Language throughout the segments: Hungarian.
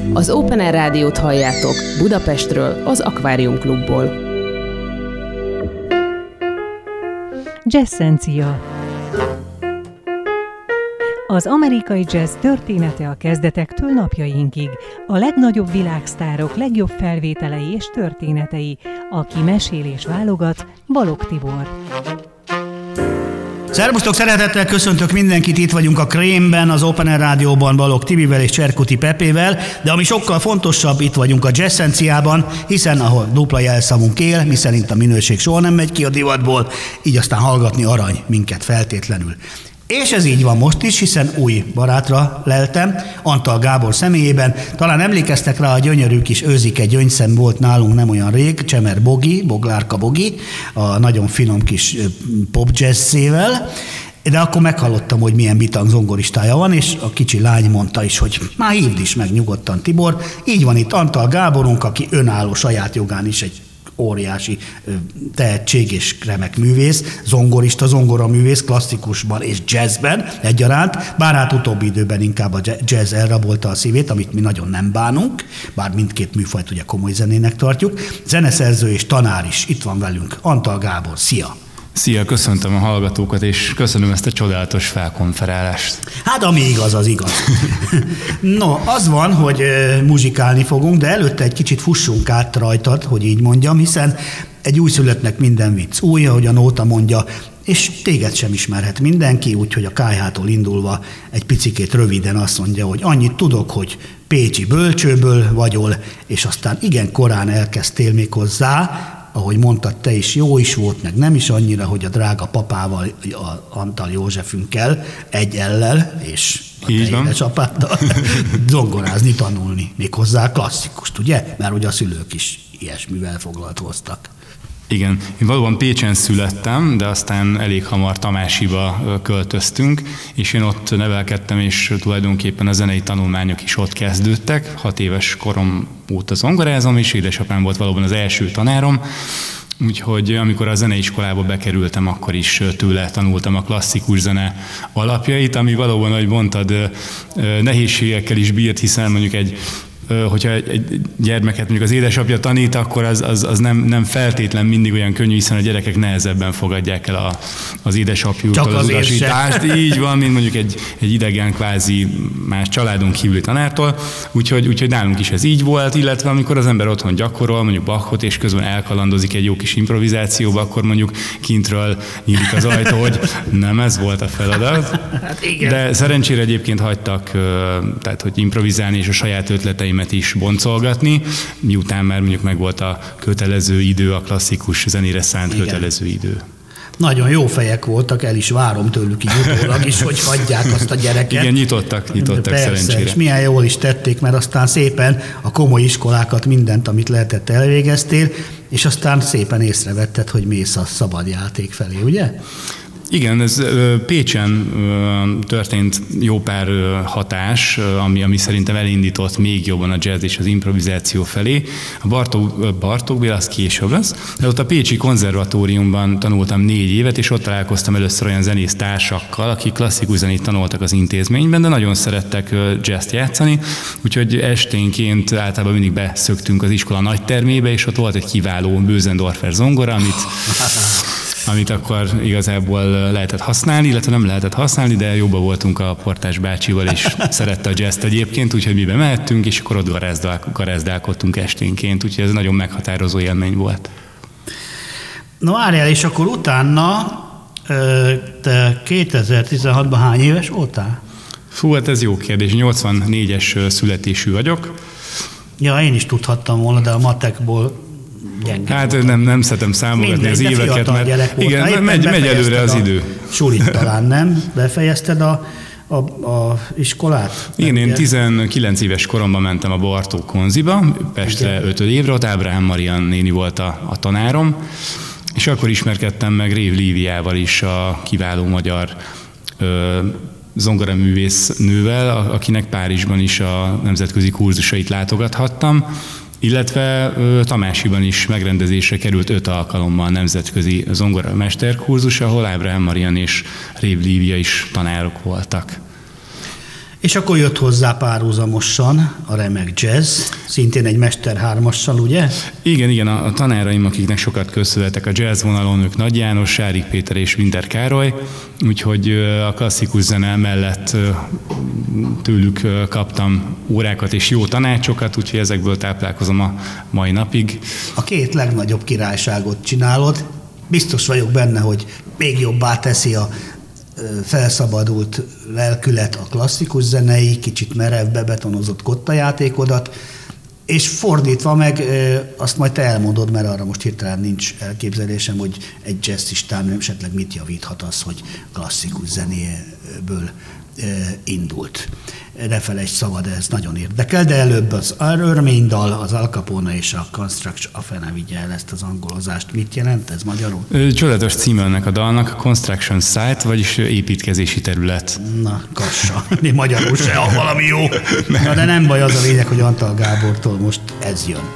Az Open Air Rádiót halljátok Budapestről, az Akvárium Klubból. Jazzencia. Az amerikai jazz története a kezdetektől napjainkig. A legnagyobb világsztárok legjobb felvételei és történetei. Aki mesél és válogat, Balogh Tibor. Szervusztok, szeretettel köszöntök mindenkit, itt vagyunk a Krémben, az Open Air Rádióban Balogh Tibivel és Cserkuti Pepével, de ami sokkal fontosabb, itt vagyunk a Jazzenciában, hiszen ahol dupla jelszavunk él, miszerint a minőség soha nem megy ki a divatból, így aztán hallgatni arany minket feltétlenül. És ez így van most is, hiszen új barátra leltem, Antal Gábor személyében. Talán emlékeztek rá, a gyönyörű kis őzike gyöngyszem volt nálunk nem olyan rég, Csemer Bogi, Boglárka Bogi, a nagyon finom kis pop jazzével, de akkor meghallottam, hogy milyen bitang zongoristája van, és a kicsi lány mondta is, hogy már hívd is meg nyugodtan, Tibor. Így van itt Antal Gáborunk, aki önálló saját jogán is egy óriási tehetség és remek művész, zongorista, zongoraművész, klasszikusban és jazzben egyaránt, bár hát utóbbi időben inkább a jazz elrabolta a szívét, amit mi nagyon nem bánunk, bár mindkét műfajt ugye komoly zenének tartjuk. Zeneszerző és tanár is itt van velünk. Antal Gábor, szia! Szia, köszöntöm a hallgatókat, és köszönöm ezt a csodálatos felkonferálást. Hát ami igaz, az igaz. No, az van, hogy muzsikálni fogunk, de előtte egy kicsit fussunk át rajtad, hogy így mondjam, hiszen egy újszülöttnek minden vicc új, ahogy a nóta mondja, és téged sem ismerhet mindenki, úgyhogy a KH-tól indulva egy picikét röviden azt mondja, hogy annyit tudok, hogy pécsi bölcsőből vagyol, és aztán igen korán elkezdtél még hozzá, ahogy mondtad te is, jó is volt, meg nem is annyira, hogy a drága papával, a Antal Józsefünkkel, egy ellel, és a te édesapáddal zongorázni, tanulni. Méghozzá klasszikust, ugye? Mert ugye a szülők is ilyesmivel foglalkoztak. Igen, én valóban Pécsen születtem, de aztán elég hamar Tamásiba költöztünk, és én ott nevelkedtem, és tulajdonképpen a zenei tanulmányok is ott kezdődtek. 6 éves korom óta zongorázom, és édesapám volt valóban az első tanárom, úgyhogy amikor a zeneiskolába bekerültem, akkor is tőle tanultam a klasszikus zene alapjait, ami valóban, ahogy mondtad, nehézségekkel is bírt, hiszen mondjuk hogyha egy gyermeket mondjuk az édesapja tanít, akkor az nem feltétlen mindig olyan könnyű, hiszen a gyerekek nehezebben fogadják el az édesapjuktól az utasítást. Így van, mint mondjuk egy idegen kvázi más családon kívüli tanártól. Úgyhogy nálunk is ez így volt, illetve amikor az ember otthon gyakorol, mondjuk Bachot, és közben elkalandozik egy jó kis improvizációba, akkor mondjuk kintről nyílik az ajtó, hogy nem ez volt a feladat. De szerencsére egyébként hagytak, tehát hogy improvizálni és a saját ötleteim is boncolgatni, miután már mondjuk megvolt a kötelező idő, a klasszikus zenére szánt kötelező idő. Nagyon jó fejek voltak, el is várom tőlük így utólag is, hogy hagyják azt a gyereket. Igen, nyitottak persze, szerencsére. És milyen jól is tették, mert aztán szépen a komoly iskolákat, mindent, amit lehetett, elvégeztél, és aztán szépen észrevetted, hogy mész a szabadjáték felé, ugye? Igen, ez Pécsen történt jó pár hatás, ami szerintem elindított még jobban a jazz és az improvizáció felé. A Bartók Béla, az később lesz, de ott a Pécsi Konzervatóriumban tanultam 4 évet, és ott találkoztam először olyan zenész társakkal, akik klasszikus zenét tanultak az intézményben, de nagyon szerettek jazzt játszani, úgyhogy esténként általában mindig beszöktünk az iskola nagy termébe, és ott volt egy kiváló Bösendorfer zongora, amit akkor igazából lehetett használni, illetve nem lehetett használni, de jobban voltunk a Portás bácsival, és szerette a jazzt egyébként, úgyhogy mi bemehettünk, és akkor ott garázdálkodtunk esténként, úgyhogy ez nagyon meghatározó élmény volt. No várjál, és akkor utána te 2016-ban hány éves voltál? Fú, hát ez jó kérdés, 84-es születésű vagyok. Ja, én is tudhattam volna, de a matekból hát nem szeretem számogatni az éveket, mert igen, megy előre az idő. Sulit talán nem? Befejezted a iskolát? Én 19 éves koromban mentem a Bartók Konziba, Pestre 5 évre, ott Ábrahám Marian néni volt a tanárom, és akkor ismerkedtem meg Rév Líviával is, a kiváló magyar zongoraművész nővel, akinek Párizsban is a nemzetközi kurzusait látogathattam, illetve Tamásiban is megrendezésre került 5 alkalommal nemzetközi zongora mesterkurzus, ahol Ábrahám Marian és Rév Lívia is tanárok voltak. És akkor jött hozzá párhuzamosan a remek jazz, szintén egy Mester 3-assal, ugye? Igen, a tanáraim, akiknek sokat köszönhetek a jazz vonalon, ők Nagy János, Sárik Péter és Winter Károly, úgyhogy a klasszikus zene mellett tőlük kaptam órákat és jó tanácsokat, úgyhogy ezekből táplálkozom a mai napig. A 2 legnagyobb királyságot csinálod, biztos vagyok benne, hogy még jobbá teszi a felszabadult lelkület a klasszikus zenei, kicsit merev, bebetonozott kottajátékodat, és fordítva meg, azt majd te elmondod, mert arra most hirtelen nincs elképzelésem, hogy egy jazzistán esetleg mit javíthat az, hogy klasszikus zenéből indult. Ne felejtsd, szabad, ez nagyon érdekel, de előbb az örménydal, az Al Capone és a Construction, a fene vigye el ezt az angolozást. Mit jelent ez magyarul? Csodálatos címe ennek a dalnak, Construction Site, vagyis építkezési terület. Na, kassa, mi magyarul se, valami jó. Na, de nem baj, az a lényeg, hogy Antal Gábortól most ez jön.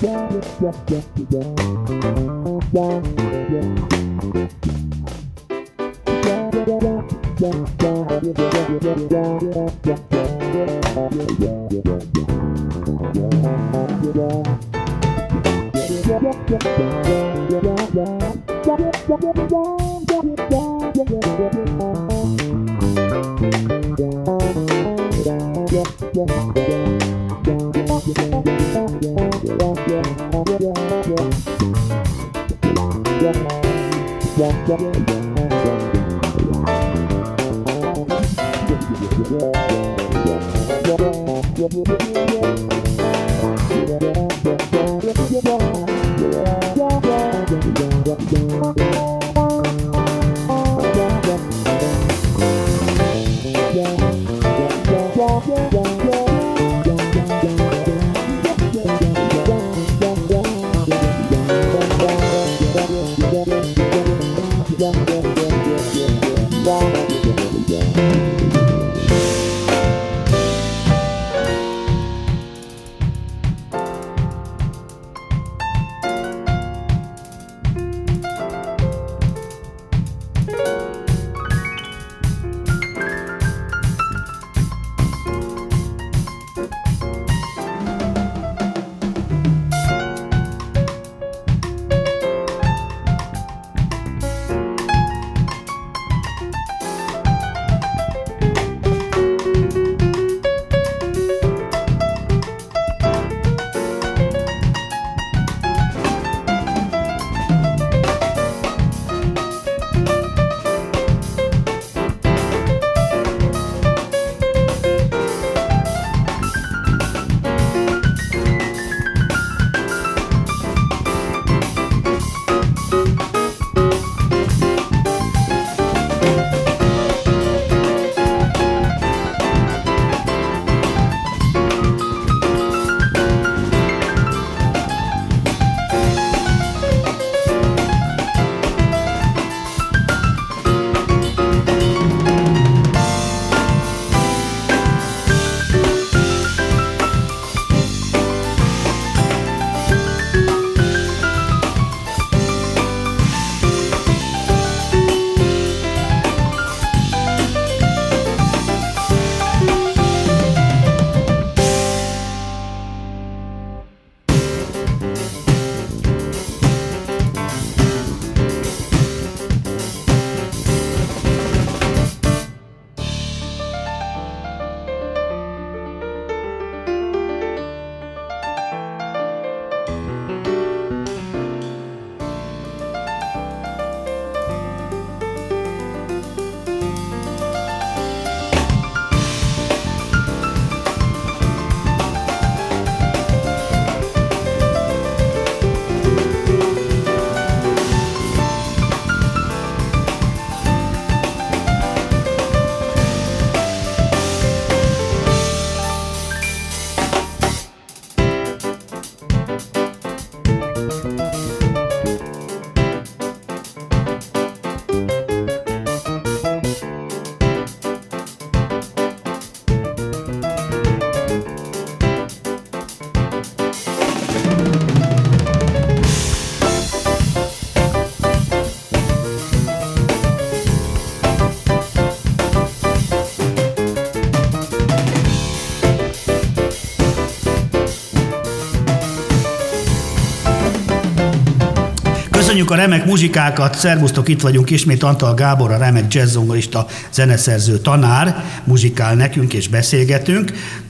Köszönjük a remek muzsikákat, szervusztok, itt vagyunk ismét, Antal Gábor, a remek jazzzongorista, zeneszerző, tanár, muzsikál nekünk és beszélgetünk.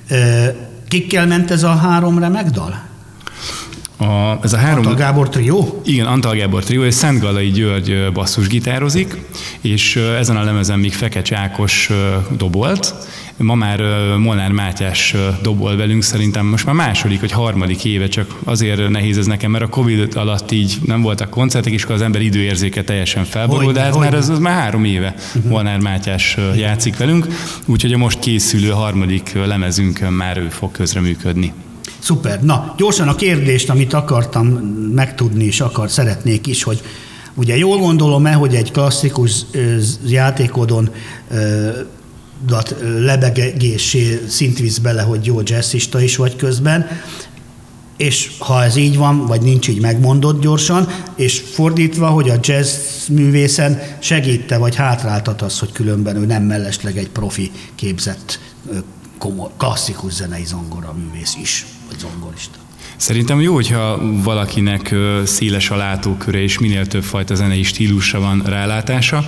Kikkel ment ez a 3 remek dal? Ez a 3... Antal Gábor trió? Igen, Antal Gábor trió, és Szentgallai György basszusgitározik, és ezen a lemezen még Fekecs Ákos dobolt. Ma már Molnár Mátyás dobol velünk, szerintem most már második vagy harmadik éve, csak azért nehéz ez nekem, mert a Covid alatt így nem voltak koncertek, és akkor az ember időérzéke teljesen felborul, de hát már ez már 3 éve Molnár Mátyás játszik velünk, úgyhogy a most készülő harmadik lemezünkön már ő fog közreműködni. Szuper. Na, gyorsan a kérdést, amit akartam megtudni, és szeretnék is, hogy ugye jól gondolom-e, hogy egy klasszikus játékodon lebegésé szint visz bele, hogy jó jazzista is vagy közben. és ha ez így van, vagy nincs így megmondott gyorsan, és fordítva, hogy a jazz művészen segít-e, vagy hátráltat az, hogy különben ő nem mellesleg egy profi képzett klasszikus zenei zongoraművész is, vagy zongorista. Szerintem jó, hogyha valakinek széles a látóköre, és minél több fajta zenei stílusra van rálátása.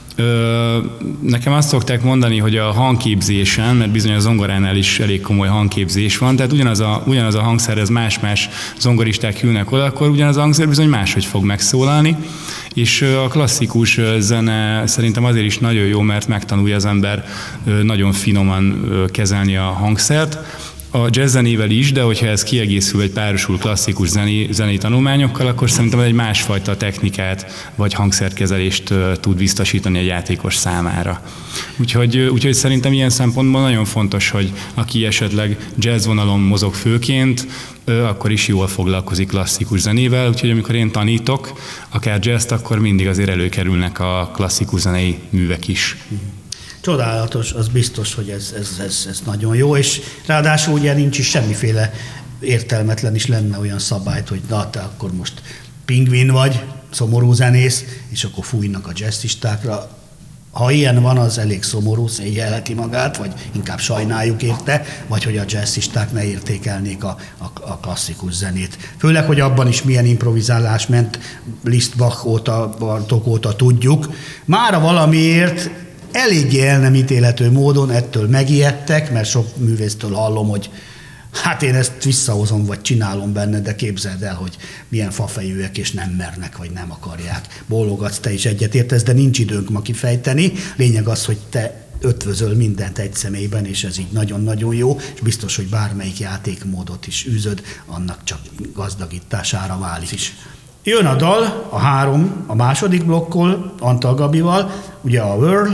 Nekem azt szokták mondani, hogy a hangképzésen, mert bizony a zongoránál is elég komoly hangképzés van, tehát ugyanaz a hangszer, ez más-más zongoristák ülnek oda, akkor ugyanaz a hangszer bizony máshogy fog megszólalni, és a klasszikus zene szerintem azért is nagyon jó, mert megtanulja az ember nagyon finoman kezelni a hangszert, a jazz zenével is, de hogyha ez kiegészül vagy párosul klasszikus zenei tanulmányokkal, akkor szerintem egy másfajta technikát vagy hangszerkezelést tud biztosítani a játékos számára. Úgyhogy szerintem ilyen szempontból nagyon fontos, hogy aki esetleg jazz vonalon mozog főként, akkor is jól foglalkozik klasszikus zenével, úgyhogy amikor én tanítok, akár jazzt, akkor mindig azért előkerülnek a klasszikus zenei művek is. Csodálatos, az biztos, hogy ez nagyon jó, és ráadásul ugye nincs is semmiféle értelmetlen is lenne olyan szabályt, hogy na, te akkor most pingvin vagy, szomorú zenész, és akkor fújnak a jazzistákra. Ha ilyen van, az elég szomorú, szégyellheti magát, vagy inkább sajnáljuk érte, vagy hogy a jazzisták ne értékelnék a klasszikus zenét. Főleg, hogy abban is milyen improvizálás ment Liszt, Bach óta, Bartók óta tudjuk. Mára valamiért eléggé el nem ítélhető módon ettől megijedtek, mert sok művésztől hallom, hogy hát én ezt visszahozom, vagy csinálom benne, de képzeld el, hogy milyen fafejűek, és nem mernek, vagy nem akarják. Bólogatsz, te is egyetértesz, de nincs időnk ma kifejteni. Lényeg az, hogy te ötvözöl mindent egy személyben, és ez így nagyon-nagyon jó, és biztos, hogy bármelyik játékmódot is űzöd, annak csak gazdagítására válik is. Jön a dal, a második blokkol, Antal Gabival, ugye a Whirl,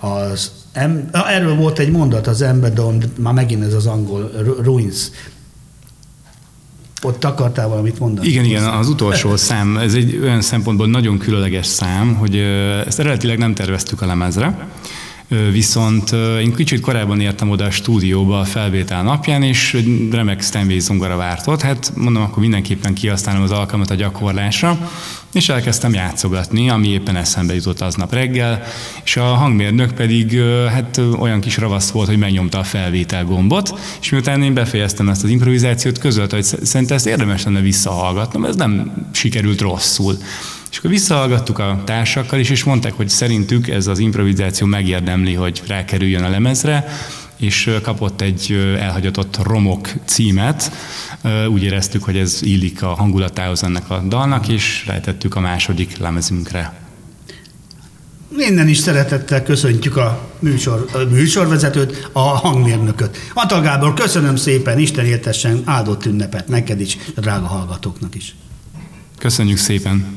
erről volt egy mondat az Embedon, már megint ez az angol Ruins. Ott akartál valamit mondani? Igen, az utolsó szám, ez egy olyan szempontból nagyon különleges szám, hogy ezt eredetileg nem terveztük a lemezre, viszont én kicsit korábban értem oda a stúdióba a felvétel napján, és remek Steinway zongora várt ott. Hát mondom, akkor mindenképpen kihasználom az alkalmat a gyakorlásra, és elkezdtem játszogatni, ami éppen eszembe jutott aznap reggel, és a hangmérnök pedig hát olyan kis ravasz volt, hogy megnyomta a felvétel gombot, és miután én befejeztem ezt az improvizációt, közölte, hogy szerintem ezt érdemes lenne visszahallgatnom, ez nem sikerült rosszul. És akkor visszahallgattuk a társakkal is, és mondták, hogy szerintük ez az improvizáció megérdemli, hogy rákerüljön a lemezre, és kapott egy elhagyatott romok címet. Úgy éreztük, hogy ez illik a hangulatához ennek a dalnak, és rejtettük a második lemezünkre. Innen is szeretettel köszöntjük a műsorvezetőt, a hangmérnököt. Antal Gábor, köszönöm szépen, Isten éltessen áldott ünnepet neked is, a drága hallgatóknak is. Köszönjük szépen!